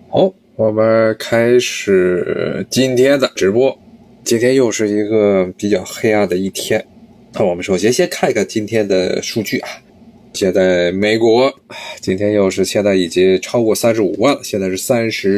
好，我们开始今天的直播。今天又是一个比较黑暗的一天。那我们首先先看一看今天的数据啊。现在美国今天又是现在已经超过35万了，现在是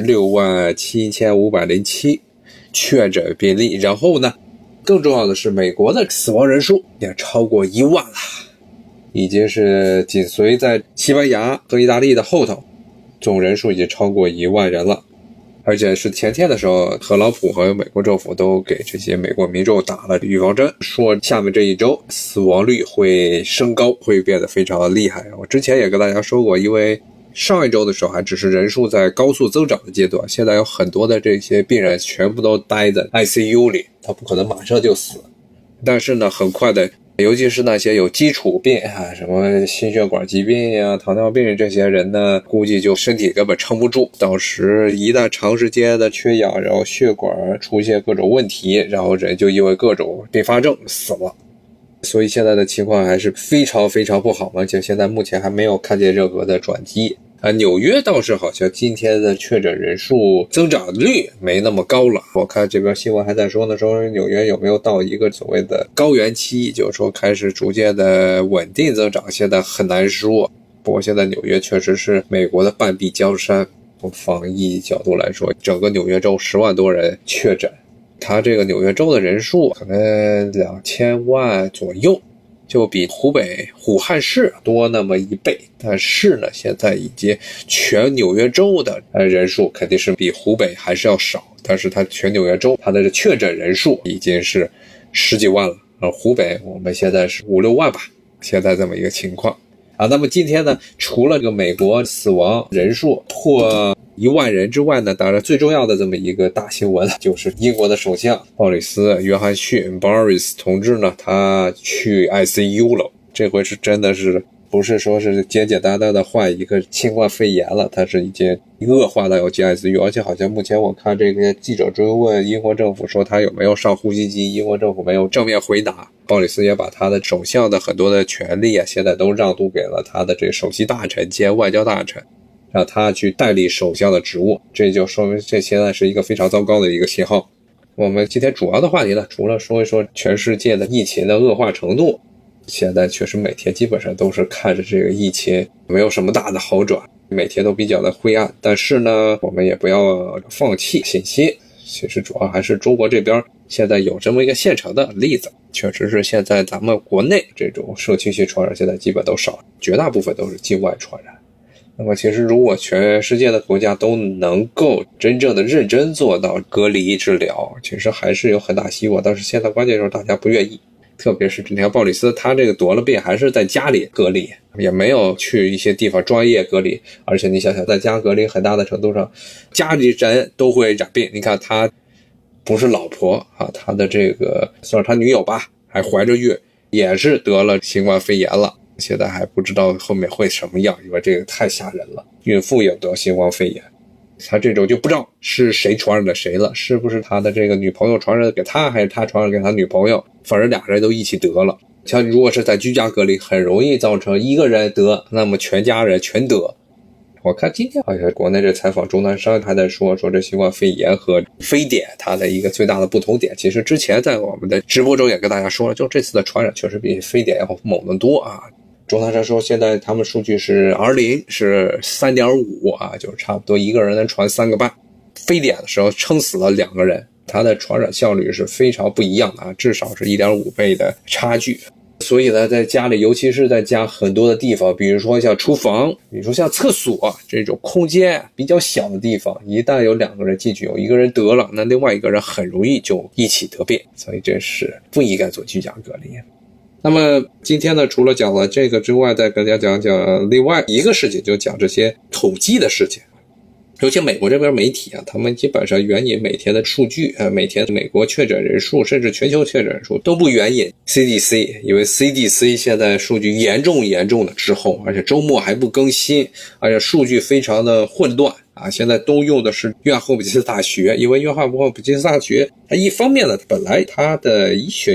367507确诊病例。然后呢，更重要的是美国的死亡人数也超过1万了，已经是紧随在西班牙和意大利的后头，总人数已经超过1万人了。而且是前天的时候，特朗普和美国政府都给这些美国民众打了预防针，说下面这一周死亡率会升高，会变得非常厉害。我之前也跟大家说过，因为上一周的时候还只是人数在高速增长的阶段，现在有很多的这些病人全部都待在 ICU 里，他不可能马上就死。但是呢，很快的，尤其是那些有基础病啊，什么心血管疾病啊、糖尿病这些人呢，估计就身体根本撑不住，到时一旦长时间的缺氧，然后血管出现各种问题，然后人就因为各种并发症死了。所以现在的情况还是非常非常不好，而且现在目前还没有看见任何的转机。纽约倒是好像今天的确诊人数增长率没那么高了。我看这边新闻还在说呢，说纽约有没有到一个所谓的高原期，就是说开始逐渐的稳定增长，现在很难说。不过现在纽约确实是美国的半壁江山，从防疫角度来说，整个纽约州10万多人确诊，它这个纽约州的人数可能2000万左右，就比湖北武汉市多那么1倍，但是呢，现在已经全纽约州的人数肯定是比湖北还是要少，但是它全纽约州它的确诊人数已经是10几万了，而湖北我们现在是5、6万吧，现在这么一个情况啊。那么今天呢，除了这个美国死亡人数破1万人之外呢，当然最重要的这么一个大新闻就是英国的首相鲍里斯·约翰逊 Boris 同志呢，他去 ICU 了。这回是真的是不是说是简简单单的患一个新冠肺炎了，他是已经恶化到要进 ICU， 而且好像目前我看这个记者追问英国政府说他有没有上呼吸机，英国政府没有正面回答。鲍里斯也把他的首相的很多的权利现在都让渡给了他的这个首席大臣兼外交大臣，让他去代理首相的职务，这就说明这现在是一个非常糟糕的一个信号。我们今天主要的话题呢，除了说一说全世界的疫情的恶化程度，现在确实每天基本上都是看着这个疫情没有什么大的好转，每天都比较的灰暗，但是呢，我们也不要放弃信心。其实主要还是中国这边现在有这么一个现成的例子，确实是现在咱们国内这种社区性传染现在基本都少，绝大部分都是境外传染。那么其实如果全世界的国家都能够真正的认真做到隔离治疗，其实还是有很大希望，但是现在关键就是大家不愿意，特别是你看鲍里斯他这个得了病还是在家里隔离，也没有去一些地方专业隔离，而且你想想在家隔离很大的程度上家里人都会染病。你看他不是老婆啊，他的这个算是他女友吧，还怀着孕，也是得了新冠肺炎了，现在还不知道后面会什么样，因为这个太吓人了，孕妇也得新冠肺炎，他这种就不知道是谁传染了谁了，是不是他的这个女朋友传染给他，还是他传染给他女朋友，反正俩人都一起得了。像如果是在居家隔离，很容易造成一个人得，那么全家人全得。我看今天好像国内这采访钟南山还在说这新冠肺炎和非典它的一个最大的不同点，其实之前在我们的直播中也跟大家说了，就这次的传染确实比非典要猛得多啊。钟南山说现在他们数据是 R0 是 3.5 啊，就是差不多一个人能传3个半，非典的时候撑死了2个人，它的传染效率是非常不一样的啊，至少是 1.5 倍的差距。所以呢，在家里，尤其是在家很多的地方，比如说像厨房，比如说像厕所这种空间比较小的地方，一旦有2个人进去，有一个人得了，那另外一个人很容易就一起得病，所以这是不应该做居家隔离。那么今天呢，除了讲了这个之外，再跟大家讲讲另外一个事情，就讲这些统计的事情。尤其美国这边媒体他们基本上援引每天的数据，每天美国确诊人数甚至全球确诊人数都不援引 CDC， 因为 CDC 现在数据严重的滞后，而且周末还不更新，而且数据非常的混乱啊。现在都用的是约翰霍普金斯大学，因为约翰霍普金斯大学它一方面呢，本来它的医学院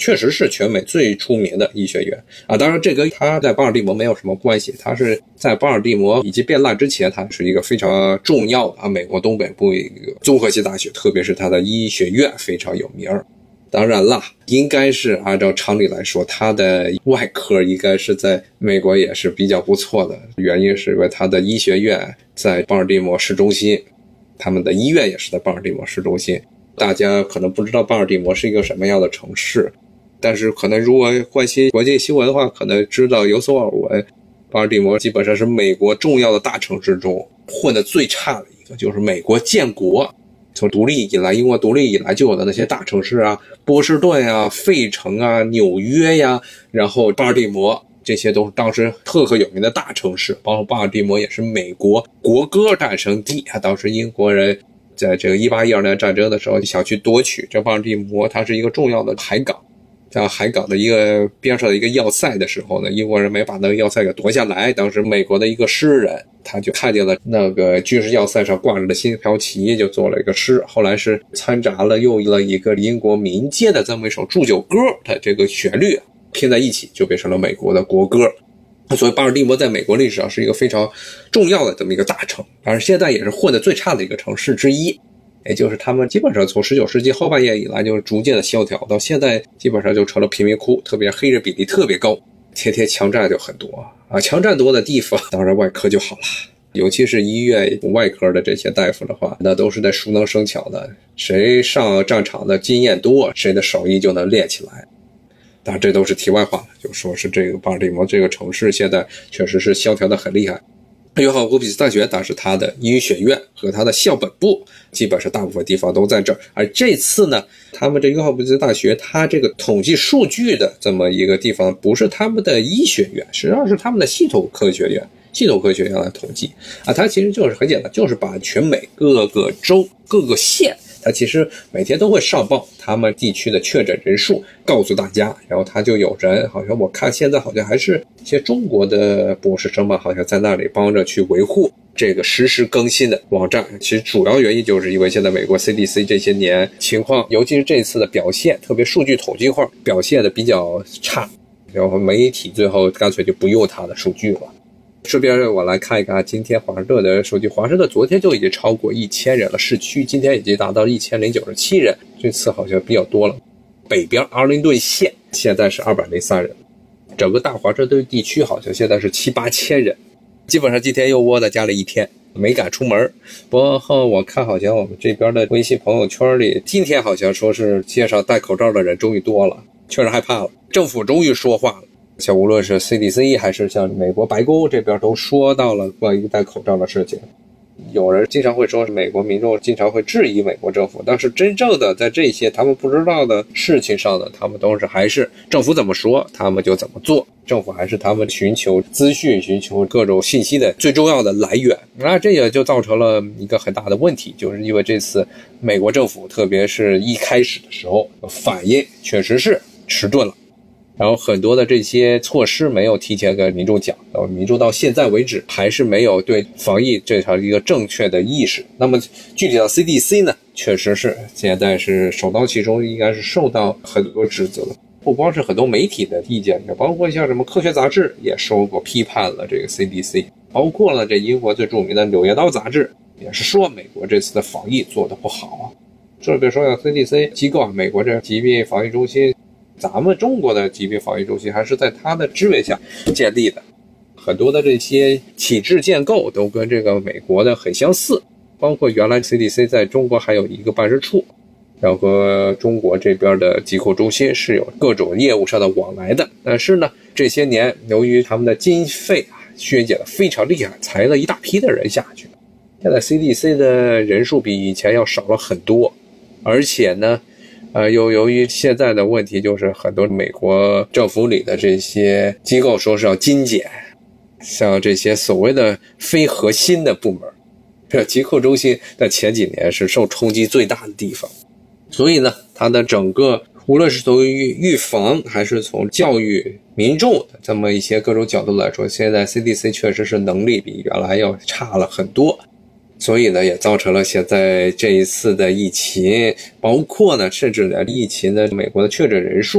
确实是全美最出名的医学院啊。当然这跟他在巴尔的摩没有什么关系，他是在巴尔的摩以及变烂之前，他是一个非常重要的美国东北部一个综合性大学，特别是他的医学院非常有名。当然了，应该是按照常理来说，他的外科应该是在美国也是比较不错的，原因是因为他的医学院在巴尔的摩市中心，他们的医院也是在巴尔的摩市中心。大家可能不知道巴尔的摩是一个什么样的城市，但是可能如果关心国际新闻的话，可能知道有所耳闻。巴尔的摩基本上是美国重要的大城市中混得最差的一个，就是美国建国从独立以来，英国独立以来就有的那些大城市啊，波士顿啊、费城啊、纽约呀，然后巴尔的摩，这些都是当时特有名的大城市。包括巴尔的摩也是美国国歌诞生地啊，当时英国人在这个1812年战争的时候想去夺取这巴尔的摩，它是一个重要的海港。在海港的一个边上的一个要塞的时候呢，英国人没把那个要塞给夺下来，当时美国的一个诗人他就看见了那个军事要塞上挂着的星条旗，就做了一个诗，后来是掺杂了用了一个英国民间的这么一首祝酒歌的这个旋律拼在一起，就变成了美国的国歌。所以巴尔的摩在美国历史上是一个非常重要的这么一个大城，而现在也是混得最差的一个城市之一。也就是他们基本上从19世纪后半叶以来就逐渐的萧条，到现在基本上就成了贫民窟，特别黑人比例特别高，天天枪战就很多啊。枪战多的地方当然外科就好了，尤其是医院外科的这些大夫的话，那都是在熟能生巧的，谁上战场的经验多，谁的手艺就能练起来。当然这都是题外话了，就说是这个巴尔的摩这个城市现在确实是萧条的很厉害。约翰霍普金斯大学当时它的医学院和它的校本部基本上大部分地方都在这儿，而这次呢，他们这约翰霍普金斯大学它这个统计数据的这么一个地方不是他们的医学院，实际上是他们的系统科学院来统计啊。它其实就是很简单，就是把全美各个州各个县，他其实每天都会上报他们地区的确诊人数告诉大家，然后他就有人，好像我看现在好像还是一些中国的博士生吧，好像在那里帮着去维护这个实时更新的网站。其实主要原因就是因为现在美国 CDC 这些年情况，尤其是这次的表现，特别数据统计化表现的比较差，然后媒体最后干脆就不用它的数据了。顺便我来看一看今天华盛顿的数据，华盛顿昨天就已经超过1000人了，市区今天已经达到1097人，这次好像比较多了。北边阿灵顿县现在是203人，整个大华盛顿地区好像现在是7-8千人。基本上今天又窝在家里一天，没敢出门。不过我看好像我们这边的微信朋友圈里，今天好像说是街上戴口罩的人终于多了，确实害怕了，政府终于说话了。像无论是 CDC 还是像美国白宫这边都说到了关于戴口罩的事情。有人经常会说美国民众经常会质疑美国政府，但是真正的在这些他们不知道的事情上呢，他们都是还是政府怎么说他们就怎么做，政府还是他们寻求资讯寻求各种信息的最重要的来源。那这也就造成了一个很大的问题，就是因为这次美国政府特别是一开始的时候反应确实是迟钝了，然后很多的这些措施没有提前跟民众讲，然后民众到现在为止还是没有对防疫这条一个正确的意识。那么具体到 CDC 呢，确实是现在是首当其冲，应该是受到很多指责的。不光是很多媒体的意见，包括像什么科学杂志也说过批判了这个 CDC， 包括了这英国最著名的《柳叶刀》杂志也是说美国这次的防疫做得不好啊。这别说 CDC 机构，美国这疾病防疫中心，咱们中国的疾病防疫中心还是在它的支援下建立的，很多的这些体制建构都跟这个美国的很相似，包括原来 CDC 在中国还有一个办事处，然后和中国这边的疾控中心是有各种业务上的往来的。但是呢，这些年由于他们的经费削减的非常厉害，裁了一大批的人下去，现在 CDC 的人数比以前要少了很多，而且呢又由于现在的问题，就是很多美国政府里的这些机构说是要精简，像这些所谓的非核心的部门，这疾控中心在前几年是受冲击最大的地方。所以呢，它的整个无论是从预防还是从教育民众的这么一些各种角度来说，现在 CDC 确实是能力比原来要差了很多。所以呢，也造成了现在这一次的疫情，包括呢，甚至呢，疫情的美国的确诊人数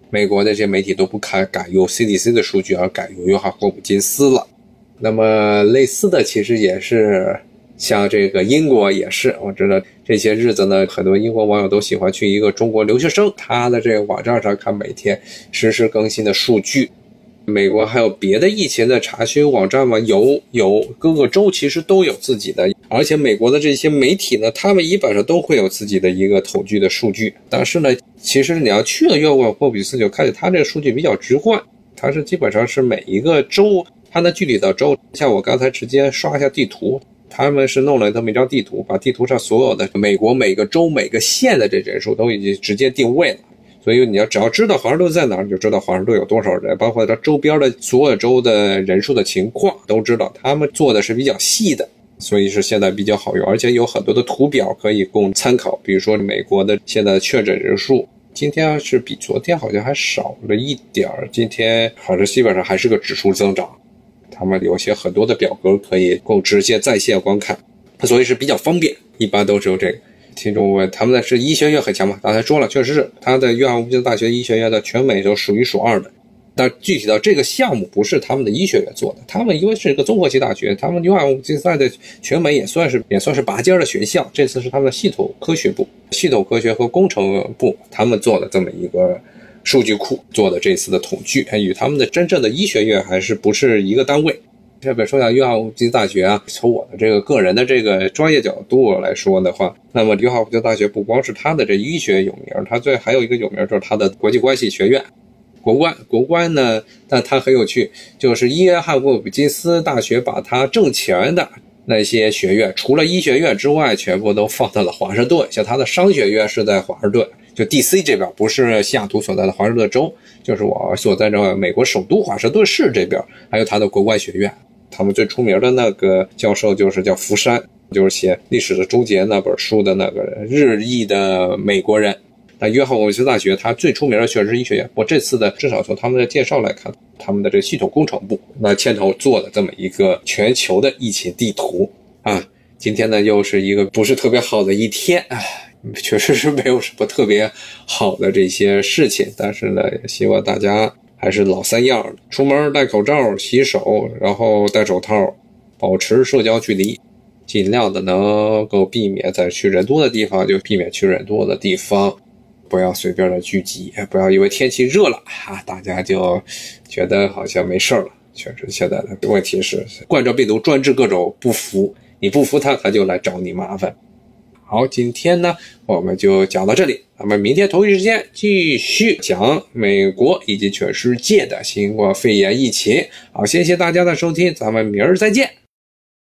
美国的这些媒体都不改用 CDC 的数据，而改用约翰霍普金斯了。那么类似的其实也是像这个英国也是，我知道这些日子呢，很多英国网友都喜欢去一个中国留学生他的这个网站上看每天实时更新的数据。美国还有别的疫情的查询网站吗？有各个州其实都有自己的，而且美国的这些媒体呢，他们基本上都会有自己的一个统计的数据。但是呢，其实你要去了约翰霍普金斯，就看见他这个数据比较直观，它是基本上是每一个州它的具体的州，像我刚才直接刷一下地图，他们是弄了这么一张地图，把地图上所有的美国每个州每个县的这人数都已经直接定位了。所以你只要知道华盛顿在哪儿，你就知道华盛顿有多少人，包括它周边的所有州的人数的情况都知道。他们做的是比较细的，所以是现在比较好用，而且有很多的图表可以供参考。比如说美国的现在确诊人数，今天是比昨天好像还少了一点，今天好像基本上还是个指数增长。他们有些很多的表格可以供直接在线观看，所以是比较方便，一般都是有这个。听众问他们的是医学院很强吗？刚才说了，确实是他的约翰霍普金斯大学医学院的全美都数一数二的。但具体到这个项目不是他们的医学院做的，他们因为是一个综合性大学，他们约翰霍普金斯的全美也算是拔尖的学校。这次是他们的系统科学部、系统科学和工程部他们做的这么一个数据库做的这次的统计，与他们的真正的医学院还是不是一个单位。这本说到约翰霍普金斯大学啊，从我的这个个人的这个专业角度来说的话，那么约翰霍普金斯大学不光是它的这医学有名，它还有一个有名就是它的国际关系学院。国关呢，但它很有趣，就是约翰霍普金斯大学把它挣钱的那些学院，除了医学院之外，全部都放到了华盛顿。像它的商学院是在华盛顿，就 DC 这边，不是西雅图所在的华盛顿州，就是我所在的美国首都华盛顿市这边，还有它的国关学院。他们最出名的那个教授就是叫福山，就是写《历史的终结》那本书的那个日裔的美国人。那约翰霍普金斯大学它最出名的确实是医学院，我这次的至少从他们的介绍来看，他们的这个系统工程部那牵头做的这么一个全球的疫情地图啊。今天呢又是一个不是特别好的一天啊，确实是没有什么特别好的这些事情，但是呢也希望大家还是老三样，出门戴口罩、洗手，然后戴手套，保持社交距离，尽量的能够避免在去人多的地方就避免去人多的地方，不要随便的聚集，不要因为天气热了啊，大家就觉得好像没事了。确实现在的问题是冠状病毒专治各种不服，你不服它就来找你麻烦。好，今天呢我们就讲到这里，咱们明天同一时间继续讲美国以及全世界的新冠肺炎疫情。好，谢谢大家的收听，咱们明儿再见。